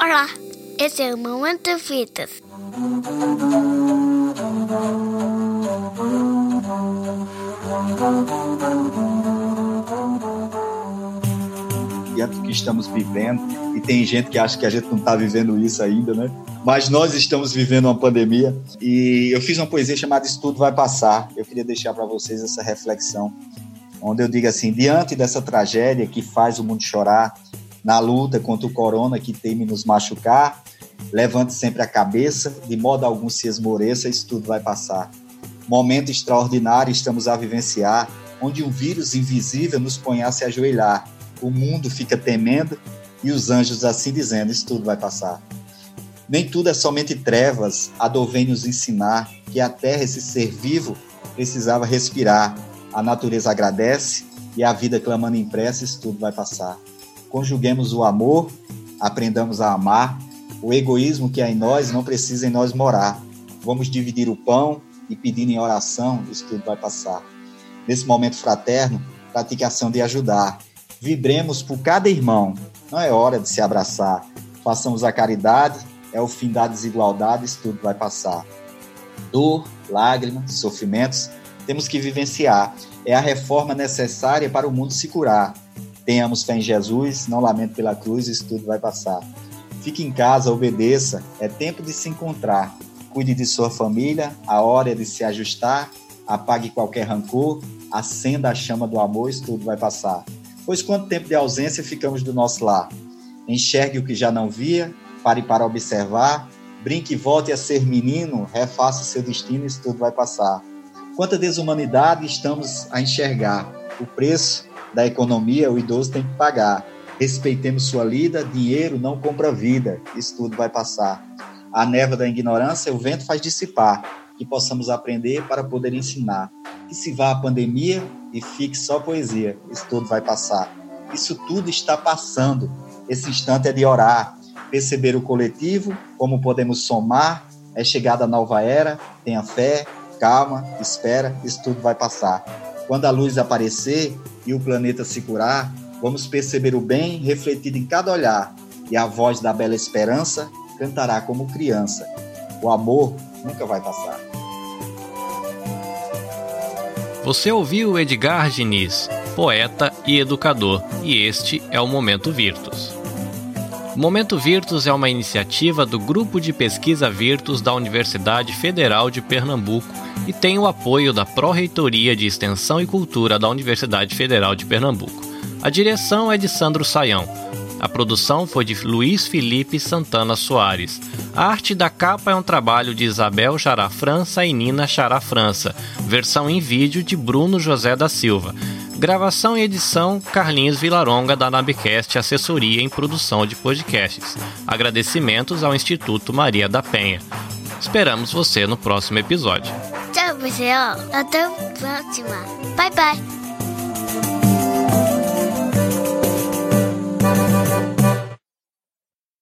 Olá, esse é o Momento Virtus. Diante do que estamos vivendo, e tem gente que acha que a gente não está vivendo isso ainda, né? Mas nós estamos vivendo uma pandemia, e eu fiz uma poesia chamada Isso Tudo Vai Passar. Eu queria deixar para vocês essa reflexão, onde eu digo assim: diante dessa tragédia que faz o mundo chorar, na luta contra o corona que teme nos machucar, levante sempre a cabeça, de modo algum se esmoreça, isso tudo vai passar. Momento extraordinário estamos a vivenciar, onde um vírus invisível nos põe a se ajoelhar. O mundo fica temendo e os anjos assim dizendo, isso tudo vai passar. Nem tudo é somente trevas, a dor vem nos ensinar que a terra, esse ser vivo, precisava respirar. A natureza agradece e a vida clamando em prece, isso tudo vai passar. Conjuguemos o amor, aprendamos a amar, o egoísmo que há em nós não precisa em nós morar. Vamos dividir o pão e pedir em oração, isso tudo vai passar. Nesse momento fraterno, pratique a ação de ajudar. Vibremos por cada irmão, não é hora de se abraçar. Façamos a caridade, é o fim da desigualdade, isso tudo vai passar. Dor, lágrimas, sofrimentos, temos que vivenciar. É a reforma necessária para o mundo se curar. Tenhamos fé em Jesus, não lamente pela cruz, isso tudo vai passar. Fique em casa, obedeça, é tempo de se encontrar. Cuide de sua família, a hora é de se ajustar. Apague qualquer rancor, acenda a chama do amor, isso tudo vai passar. Pois quanto tempo de ausência ficamos do nosso lar? Enxergue o que já não via, pare para observar. Brinque e volte a ser menino, refaça seu destino, isso tudo vai passar. Quanta desumanidade estamos a enxergar. O preço da economia o idoso tem que pagar. Respeitemos sua lida, dinheiro não compra vida, isso tudo vai passar. A névoa da ignorância o vento faz dissipar, que possamos aprender para poder ensinar. Que se vá a pandemia e fique só poesia, isso tudo vai passar. Isso tudo está passando, esse instante é de orar, perceber o coletivo, como podemos somar, é chegada a nova era, tenha fé, calma, espera, isso tudo vai passar. Quando a luz aparecer e o planeta se curar, vamos perceber o bem refletido em cada olhar, e a voz da bela esperança cantará como criança. O amor nunca vai passar. Você ouviu Edgar Diniz, poeta e educador, e este é o Momento Virtus. O Momento Virtus é uma iniciativa do Grupo de Pesquisa Virtus da Universidade Federal de Pernambuco e tem o apoio da Pró-Reitoria de Extensão e Cultura da Universidade Federal de Pernambuco. A direção é de Sandro Saião. A produção foi de Luiz Felipe Santana Soares. A arte da capa é um trabalho de Isabel Xará França e Nina Xará França. Versão em vídeo de Bruno José da Silva. Gravação e edição Carlinhos Vilaronga da Nabcast, assessoria em produção de podcasts. Agradecimentos ao Instituto Maria da Penha. Esperamos você no próximo episódio. Tchau, pessoal. Até a próxima. Bye, bye.